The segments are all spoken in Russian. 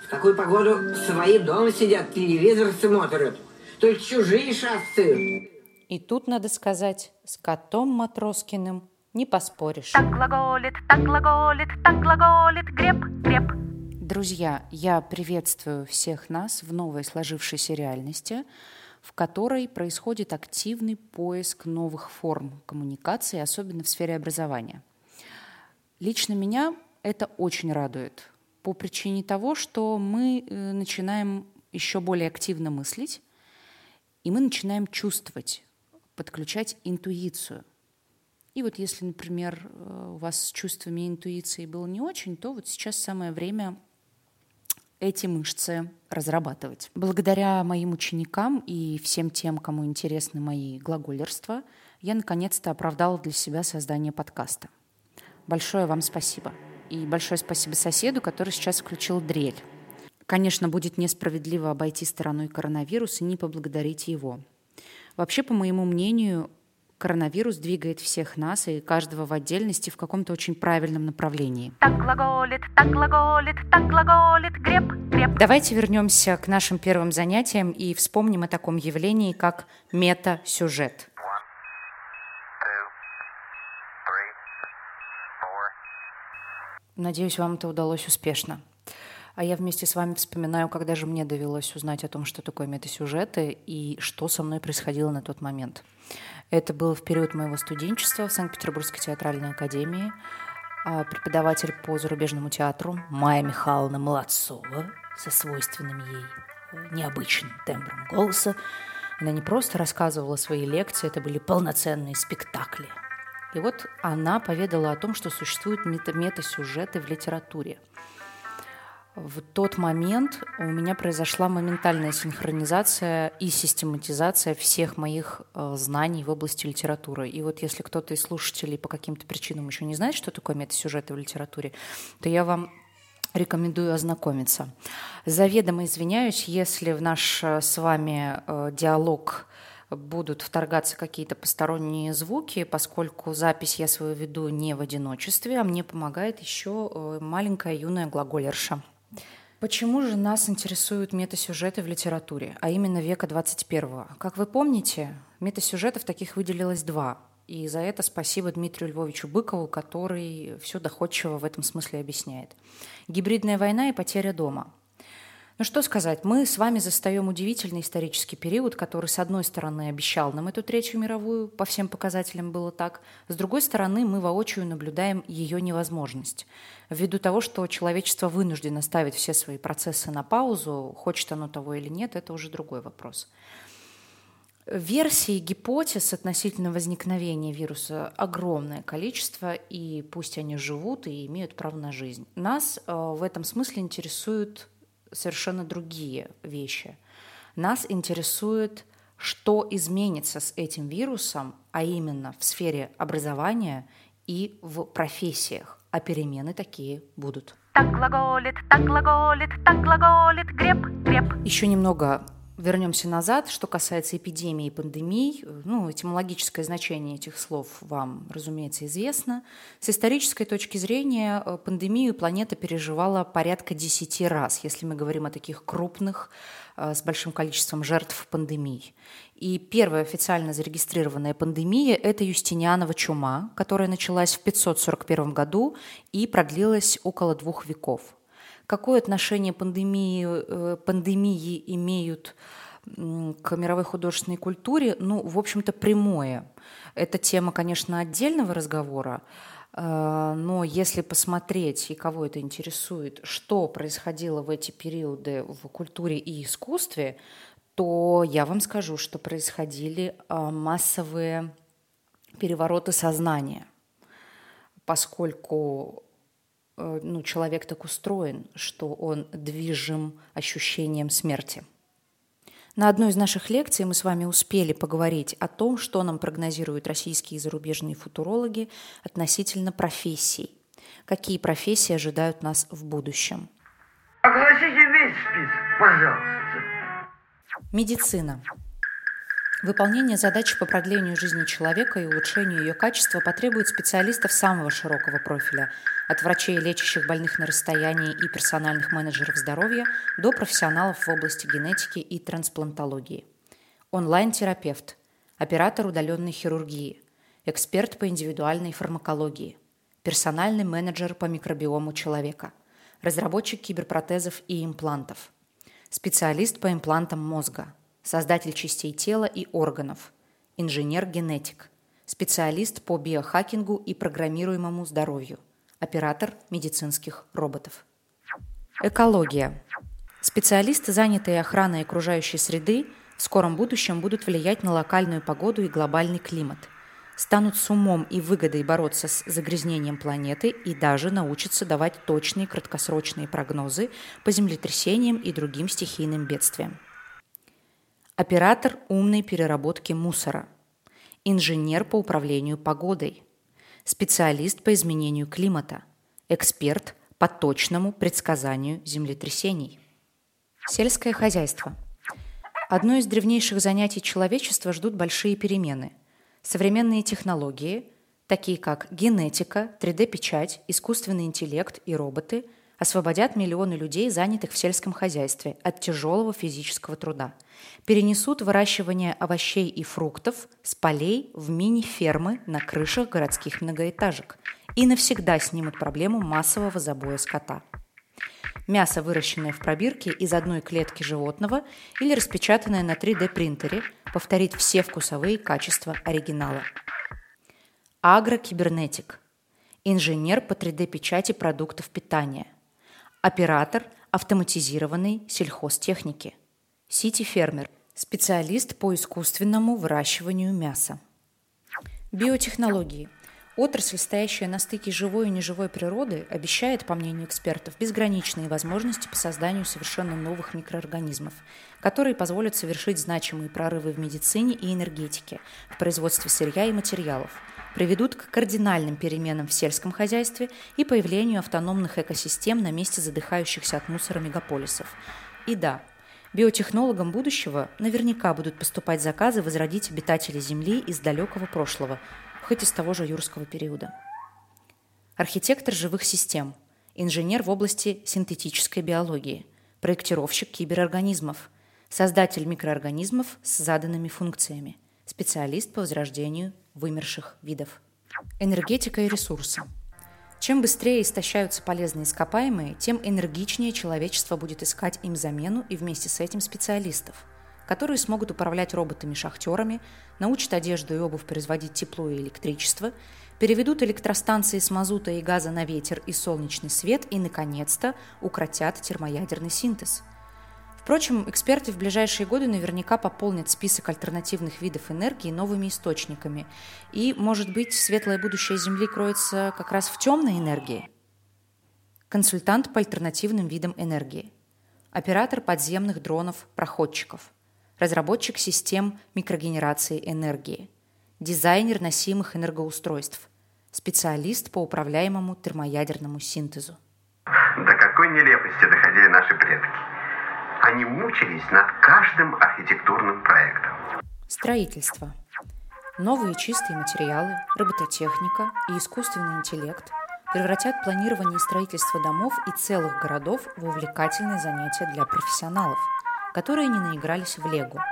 В такую погоду свои дома сидят, телевизор смотрят. Только чужие шастают. И тут, надо сказать, с котом Матроскиным не поспоришь. Так глаголит Глеб. Друзья, я приветствую всех нас в новой сложившейся реальности, в которой происходит активный поиск новых форм коммуникации, особенно в сфере образования. Лично меня это очень радует по причине того, что мы начинаем еще более активно мыслить, и мы начинаем чувствовать, подключать интуицию. И вот если, например, у вас с чувствами и интуицией было не очень, то вот сейчас самое время эти мышцы разрабатывать. Благодаря моим ученикам и всем тем, кому интересны мои глаголерства, я наконец-то оправдала для себя создание подкаста. Большое вам спасибо. И большое спасибо соседу, который сейчас включил дрель. Конечно, будет несправедливо обойти стороной коронавирус и не поблагодарить его. Вообще, по моему мнению, коронавирус двигает всех нас и каждого в отдельности в каком-то очень правильном направлении. Так глаголит Глеб. Давайте вернемся к нашим первым занятиям и вспомним о таком явлении, как мета-сюжет. Надеюсь, вам это удалось успешно. А я вместе с вами вспоминаю, когда же мне довелось узнать о том, что такое метасюжеты и что со мной происходило на тот момент. Это было в период моего студенчества в Санкт-Петербургской театральной академии. Преподаватель по зарубежному театру Майя Михайловна Молодцова со свойственным ей необычным тембром голоса. Она не просто рассказывала свои лекции, это были полноценные спектакли. И вот она поведала о том, что существуют метасюжеты в литературе. В тот момент у меня произошла моментальная синхронизация и систематизация всех моих знаний в области литературы. И вот если кто-то из слушателей по каким-то причинам еще не знает, что такое метасюжеты в литературе, то я вам рекомендую ознакомиться. Заведомо извиняюсь, если в наш с вами диалог будут вторгаться какие-то посторонние звуки, поскольку запись я свою веду не в одиночестве, а мне помогает еще маленькая юная глаголерша. Почему же нас интересуют метасюжеты в литературе, а именно века 21-го? Как вы помните, метасюжетов таких выделилось 2. И за это спасибо Дмитрию Львовичу Быкову, который все доходчиво в этом смысле объясняет. Гибридная война и потеря дома. Ну что сказать, мы с вами застаем удивительный исторический период, который, с одной стороны, обещал нам эту Третью мировую, по всем показателям было так, с другой стороны, мы воочию наблюдаем ее невозможность. Ввиду того, что человечество вынуждено ставить все свои процессы на паузу, хочет оно того или нет, это уже другой вопрос. Версий, гипотез относительно возникновения вируса огромное количество, и пусть они живут и имеют право на жизнь. Нас в этом смысле интересуют совершенно другие вещи. Нас интересует, что изменится с этим вирусом, а именно в сфере образования и в профессиях. А перемены такие будут. Так глаголит Глеб. Еще немного вернемся назад. Что касается эпидемии и пандемий, этимологическое значение этих слов вам, разумеется, известно. С исторической точки зрения пандемию планета переживала порядка 10 раз, если мы говорим о таких крупных, с большим количеством жертв пандемий. И первая официально зарегистрированная пандемия – это Юстинианова чума, которая началась в 541 году и продлилась около 2 веков. Какое отношение пандемии имеют к мировой художественной культуре? В общем-то, прямое. Это тема, конечно, отдельного разговора, но если посмотреть, и кого это интересует, что происходило в эти периоды в культуре и искусстве, то я вам скажу, что происходили массовые перевороты сознания, поскольку человек так устроен, что он движим ощущением смерти. На одной из наших лекций мы с вами успели поговорить о том, что нам прогнозируют российские и зарубежные футурологи относительно профессий. Какие профессии ожидают нас в будущем? Огласите весь список, пожалуйста. Медицина. Выполнение задач по продлению жизни человека и улучшению ее качества потребует специалистов самого широкого профиля, от врачей, лечащих больных на расстоянии и персональных менеджеров здоровья до профессионалов в области генетики и трансплантологии. Онлайн-терапевт, оператор удаленной хирургии, эксперт по индивидуальной фармакологии, персональный менеджер по микробиому человека, разработчик киберпротезов и имплантов, специалист по имплантам мозга, создатель частей тела и органов, инженер-генетик, специалист по биохакингу и программируемому здоровью, оператор медицинских роботов. Экология. Специалисты, занятые охраной окружающей среды, в скором будущем будут влиять на локальную погоду и глобальный климат, станут с умом и выгодой бороться с загрязнением планеты и даже научатся давать точные краткосрочные прогнозы по землетрясениям и другим стихийным бедствиям. Оператор умной переработки мусора, инженер по управлению погодой, специалист по изменению климата, эксперт по точному предсказанию землетрясений. Сельское хозяйство. Одно из древнейших занятий человечества ждут большие перемены. Современные технологии, такие как генетика, 3D-печать, искусственный интеллект и роботы, освободят миллионы людей, занятых в сельском хозяйстве, от тяжелого физического труда, перенесут выращивание овощей и фруктов с полей в мини-фермы на крышах городских многоэтажек и навсегда снимут проблему массового забоя скота. Мясо, выращенное в пробирке из одной клетки животного или распечатанное на 3D-принтере, повторит все вкусовые качества оригинала. Агрокибернетик. Инженер по 3D-печати продуктов питания. Оператор автоматизированной сельхозтехники. Сити-фермер. Специалист по искусственному выращиванию мяса. Биотехнологии. Отрасль, стоящая на стыке живой и неживой природы, обещает, по мнению экспертов, безграничные возможности по созданию совершенно новых микроорганизмов, которые позволят совершить значимые прорывы в медицине и энергетике, в производстве сырья и материалов, приведут к кардинальным переменам в сельском хозяйстве и появлению автономных экосистем на месте задыхающихся от мусора мегаполисов. И да, биотехнологам будущего наверняка будут поступать заказы возродить обитателей Земли из далекого прошлого, хоть из того же юрского периода. Архитектор живых систем, инженер в области синтетической биологии, проектировщик киберорганизмов, создатель микроорганизмов с заданными функциями, специалист по возрождению вымерших видов. Энергетика и ресурсы. Чем быстрее истощаются полезные ископаемые, тем энергичнее человечество будет искать им замену и вместе с этим специалистов, которые смогут управлять роботами-шахтерами, научат одежду и обувь производить тепло и электричество, переведут электростанции с мазута и газа на ветер и солнечный свет и, наконец-то, укротят термоядерный синтез. Впрочем, эксперты в ближайшие годы наверняка пополнят список альтернативных видов энергии новыми источниками. И, может быть, светлое будущее Земли кроется как раз в темной энергии? Консультант по альтернативным видам энергии. Оператор подземных дронов-проходчиков. Разработчик систем микрогенерации энергии, дизайнер носимых энергоустройств, специалист по управляемому термоядерному синтезу. До какой нелепости доходили наши предки. Они мучились над каждым архитектурным проектом. Строительство. Новые чистые материалы, робототехника и искусственный интеллект превратят планирование и строительство домов и целых городов в увлекательные занятия для профессионалов, которые не наигрались в лего.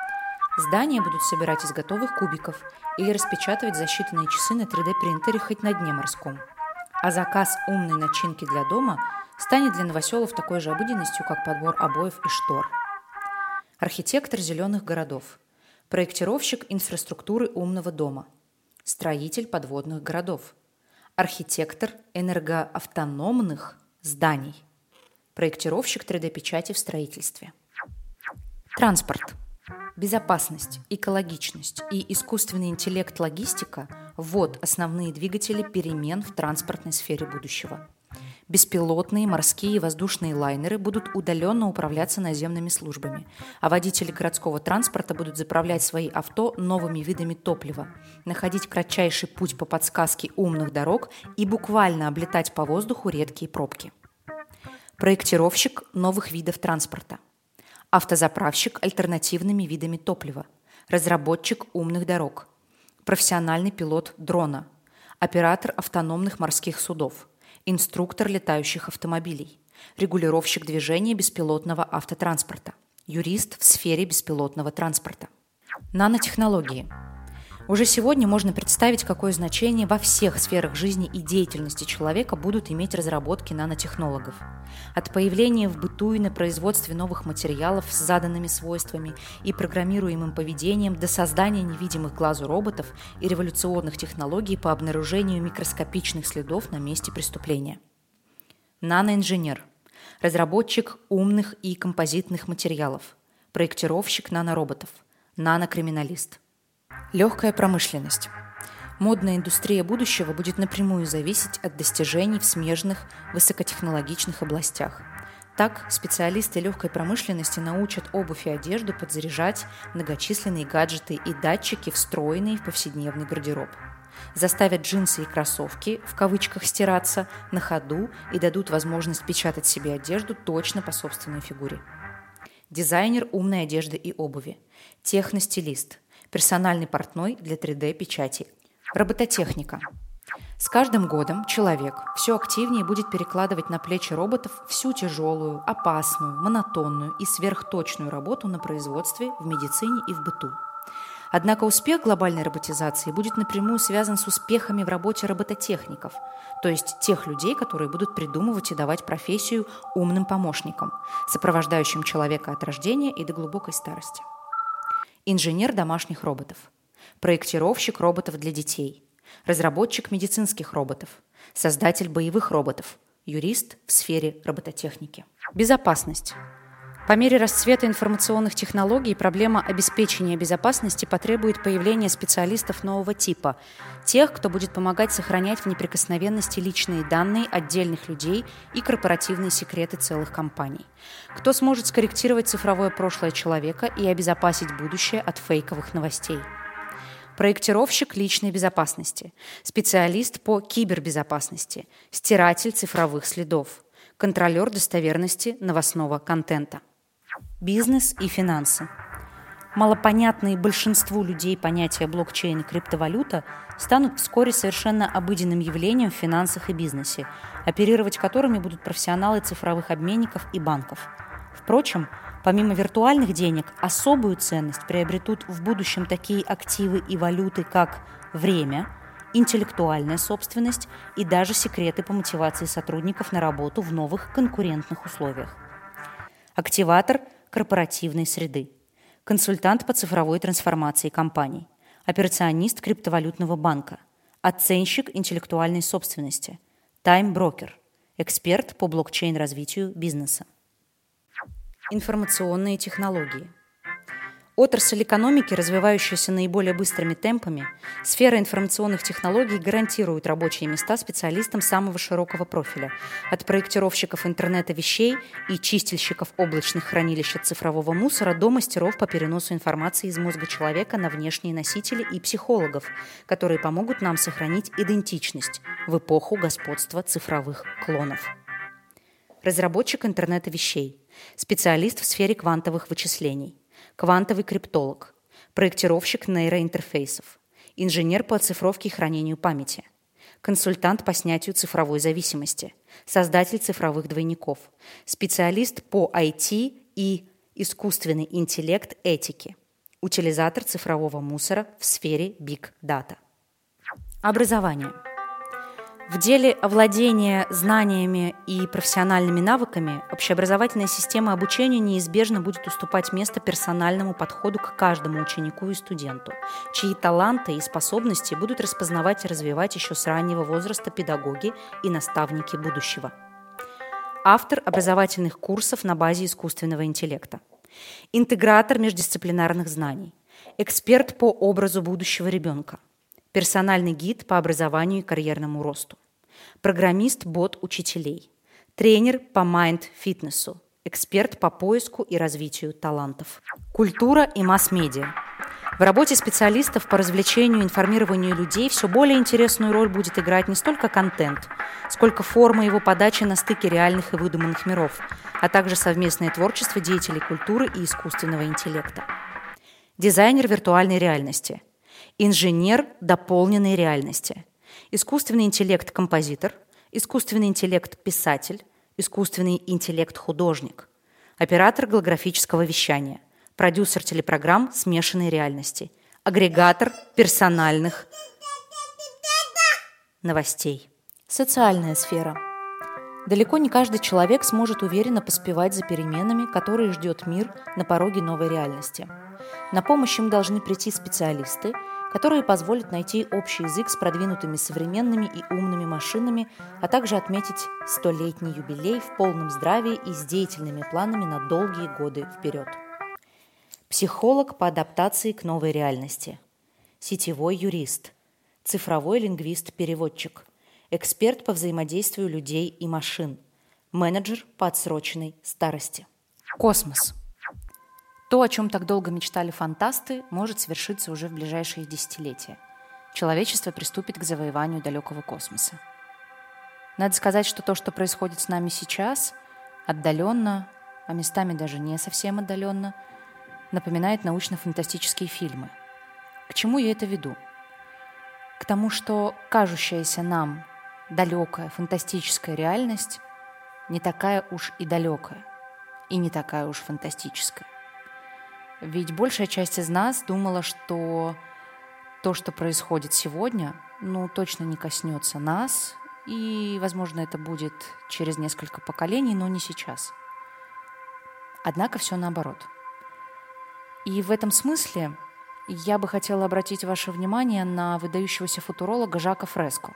Здания будут собирать из готовых кубиков или распечатывать за считанные часы на 3D-принтере хоть на дне морском. А заказ умной начинки для дома станет для новоселов такой же обыденностью, как подбор обоев и штор. Архитектор зеленых городов, проектировщик инфраструктуры умного дома, строитель подводных городов, архитектор энергоавтономных зданий, проектировщик 3D-печати в строительстве. Транспорт. Безопасность, экологичность и искусственный интеллект логистика – вот основные двигатели перемен в транспортной сфере будущего. Беспилотные морские и воздушные лайнеры будут удаленно управляться наземными службами, а водители городского транспорта будут заправлять свои авто новыми видами топлива, находить кратчайший путь по подсказке умных дорог и буквально облетать по воздуху редкие пробки. Проектировщик новых видов транспорта. Автозаправщик альтернативными видами топлива, разработчик умных дорог, профессиональный пилот дрона, оператор автономных морских судов, инструктор летающих автомобилей, регулировщик движения беспилотного автотранспорта, юрист в сфере беспилотного транспорта. Нанотехнологии. Уже сегодня можно представить, какое значение во всех сферах жизни и деятельности человека будут иметь разработки нанотехнологов. От появления в быту и на производстве новых материалов с заданными свойствами и программируемым поведением до создания невидимых глазу роботов и революционных технологий по обнаружению микроскопичных следов на месте преступления. Наноинженер. Разработчик умных и композитных материалов. Проектировщик нанороботов. Нанокриминалист. Легкая промышленность. Модная индустрия будущего будет напрямую зависеть от достижений в смежных высокотехнологичных областях. Так, специалисты легкой промышленности научат обувь и одежду подзаряжать многочисленные гаджеты и датчики, встроенные в повседневный гардероб. Заставят джинсы и кроссовки, в кавычках, стираться на ходу и дадут возможность печатать себе одежду точно по собственной фигуре. Дизайнер умной одежды и обуви. Техностилист. Персональный портной для 3D-печати. Робототехника. С каждым годом человек все активнее будет перекладывать на плечи роботов всю тяжелую, опасную, монотонную и сверхточную работу на производстве, в медицине и в быту. Однако успех глобальной роботизации будет напрямую связан с успехами в работе робототехников, то есть тех людей, которые будут придумывать и давать профессию умным помощникам, сопровождающим человека от рождения и до глубокой старости. Инженер домашних роботов, проектировщик роботов для детей, разработчик медицинских роботов, создатель боевых роботов, юрист в сфере робототехники. Безопасность. По мере расцвета информационных технологий проблема обеспечения безопасности потребует появления специалистов нового типа, тех, кто будет помогать сохранять в неприкосновенности личные данные отдельных людей и корпоративные секреты целых компаний, кто сможет скорректировать цифровое прошлое человека и обезопасить будущее от фейковых новостей. Проектировщик личной безопасности, специалист по кибербезопасности, стиратель цифровых следов, контролер достоверности новостного контента. Бизнес и финансы. Малопонятные большинству людей понятия блокчейн и криптовалюта станут вскоре совершенно обыденным явлением в финансах и бизнесе, оперировать которыми будут профессионалы цифровых обменников и банков. Впрочем, помимо виртуальных денег, особую ценность приобретут в будущем такие активы и валюты, как время, интеллектуальная собственность и даже секреты по мотивации сотрудников на работу в новых конкурентных условиях. Активатор корпоративной среды, консультант по цифровой трансформации компаний, операционист криптовалютного банка, оценщик интеллектуальной собственности, тайм-брокер, эксперт по блокчейн-развитию бизнеса. Информационные технологии. Отрасль экономики, развивающаяся наиболее быстрыми темпами, сфера информационных технологий гарантирует рабочие места специалистам самого широкого профиля, от проектировщиков интернета вещей и чистильщиков облачных хранилищ от цифрового мусора до мастеров по переносу информации из мозга человека на внешние носители и психологов, которые помогут нам сохранить идентичность в эпоху господства цифровых клонов. Разработчик интернета вещей, специалист в сфере квантовых вычислений, квантовый криптолог, проектировщик нейроинтерфейсов, инженер по оцифровке и хранению памяти, консультант по снятию цифровой зависимости, создатель цифровых двойников, специалист по IT и искусственный интеллект этики, утилизатор цифрового мусора в сфере Big Data. Образование. В деле овладения знаниями и профессиональными навыками общеобразовательная система обучения неизбежно будет уступать место персональному подходу к каждому ученику и студенту, чьи таланты и способности будут распознавать и развивать еще с раннего возраста педагоги и наставники будущего. Автор образовательных курсов на базе искусственного интеллекта, интегратор междисциплинарных знаний, эксперт по образу будущего ребенка, персональный гид по образованию и карьерному росту, программист-бот учителей, тренер по майнд-фитнесу, эксперт по поиску и развитию талантов. Культура и масс-медиа. В работе специалистов по развлечению и информированию людей все более интересную роль будет играть не столько контент, сколько форма его подачи на стыке реальных и выдуманных миров, а также совместное творчество деятелей культуры и искусственного интеллекта. Дизайнер виртуальной реальности. Инженер дополненной реальности, искусственный интеллект-композитор, искусственный интеллект – писатель, искусственный интеллект – художник, оператор голографического вещания, продюсер телепрограмм смешанной реальности, агрегатор персональных новостей. Социальная сфера. Далеко не каждый человек сможет уверенно поспевать за переменами, которые ждет мир на пороге новой реальности. На помощь им должны прийти специалисты, которые позволят найти общий язык с продвинутыми современными и умными машинами, а также отметить 100-летний юбилей в полном здравии и с деятельными планами на долгие годы вперед. Психолог по адаптации к новой реальности. Сетевой юрист. Цифровой лингвист-переводчик. Эксперт по взаимодействию людей и машин. Менеджер по отсроченной старости. Космос. То, о чем так долго мечтали фантасты, может свершиться уже в ближайшие десятилетия. Человечество приступит к завоеванию далекого космоса. Надо сказать, что то, что происходит с нами сейчас, отдаленно, а местами даже не совсем отдаленно, напоминает научно-фантастические фильмы. К чему я это веду? К тому, что кажущаяся нам далекая фантастическая реальность не такая уж и далекая, и не такая уж фантастическая. Ведь большая часть из нас думала, что то, что происходит сегодня, точно не коснется нас, и, возможно, это будет через несколько поколений, но не сейчас. Однако все наоборот. И в этом смысле я бы хотела обратить ваше внимание на выдающегося футуролога Жака Фреско.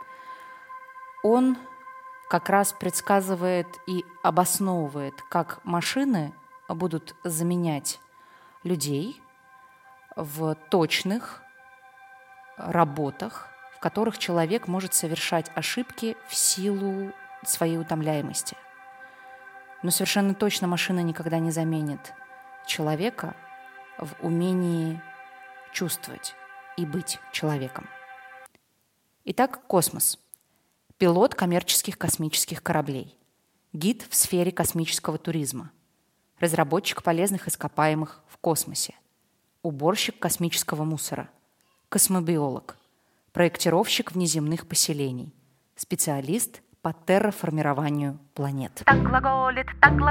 Он как раз предсказывает и обосновывает, как машины будут заменять людей в точных работах, в которых человек может совершать ошибки в силу своей утомляемости. Но совершенно точно машина никогда не заменит человека в умении чувствовать и быть человеком. Итак, космос. Пилот коммерческих космических кораблей. Гид в сфере космического туризма. Разработчик полезных ископаемых в космосе. Уборщик космического мусора. Космобиолог. Проектировщик внеземных поселений. Специалист по терраформированию планет. Так глаголит,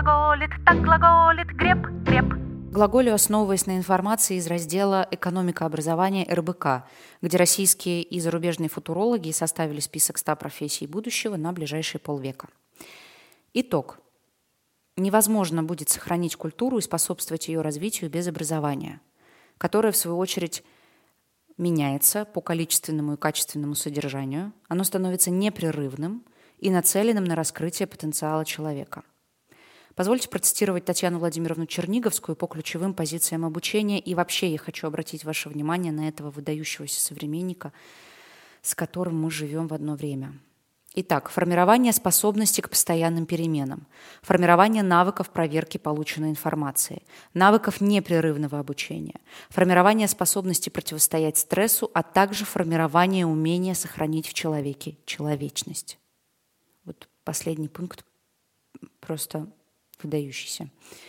греб, греб. Глаголю, основываясь на информации из раздела «Экономика образования» РБК, где российские и зарубежные футурологи составили список 100 профессий будущего на ближайшие полвека. Итог. Невозможно будет сохранить культуру и способствовать ее развитию без образования, которое, в свою очередь, меняется по количественному и качественному содержанию. Оно становится непрерывным и нацеленным на раскрытие потенциала человека. Позвольте процитировать Татьяну Владимировну Черниговскую по ключевым позициям обучения. И вообще я хочу обратить ваше внимание на этого выдающегося современника, с которым мы живем в одно время. Итак, формирование способности к постоянным переменам, формирование навыков проверки полученной информации, навыков непрерывного обучения, формирование способности противостоять стрессу, а также формирование умения сохранить в человеке человечность. Вот последний пункт просто выдающийся.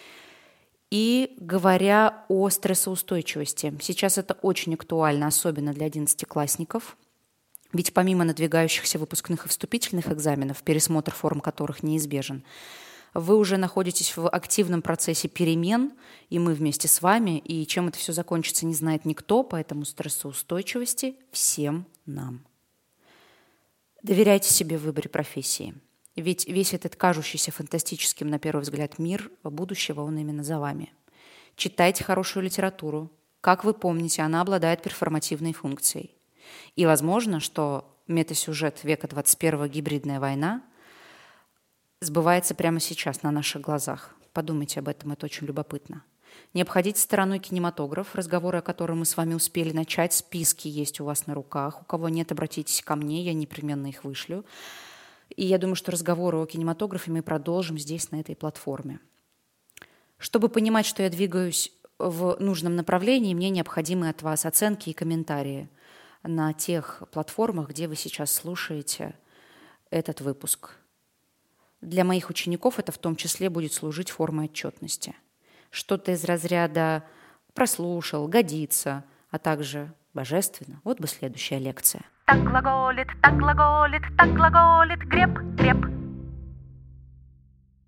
И говоря о стрессоустойчивости, сейчас это очень актуально, особенно для 11-классников, ведь помимо надвигающихся выпускных и вступительных экзаменов, пересмотр форм которых неизбежен, вы уже находитесь в активном процессе перемен, и мы вместе с вами, и чем это все закончится, не знает никто, поэтому стрессоустойчивости всем нам. Доверяйте себе в выборе профессии. Ведь весь этот кажущийся фантастическим на первый взгляд мир будущего, он именно за вами. Читайте хорошую литературу. Как вы помните, она обладает перформативной функцией. И возможно, что метасюжет века 21 «Гибридная война» сбывается прямо сейчас на наших глазах. Подумайте об этом, это очень любопытно. Не обходите стороной кинематограф, разговоры о котором мы с вами успели начать. Списки есть у вас на руках. У кого нет, обратитесь ко мне, я непременно их вышлю. И я думаю, что разговоры о кинематографе мы продолжим здесь, на этой платформе. Чтобы понимать, что я двигаюсь в нужном направлении, мне необходимы от вас оценки и комментарии на тех платформах, где вы сейчас слушаете этот выпуск. Для моих учеников это в том числе будет служить формой отчетности. Что-то из разряда «прослушал», «годится», а также «божественно». Вот бы следующая лекция. так глаголит, так глаголит, так глаголит, греб, греб.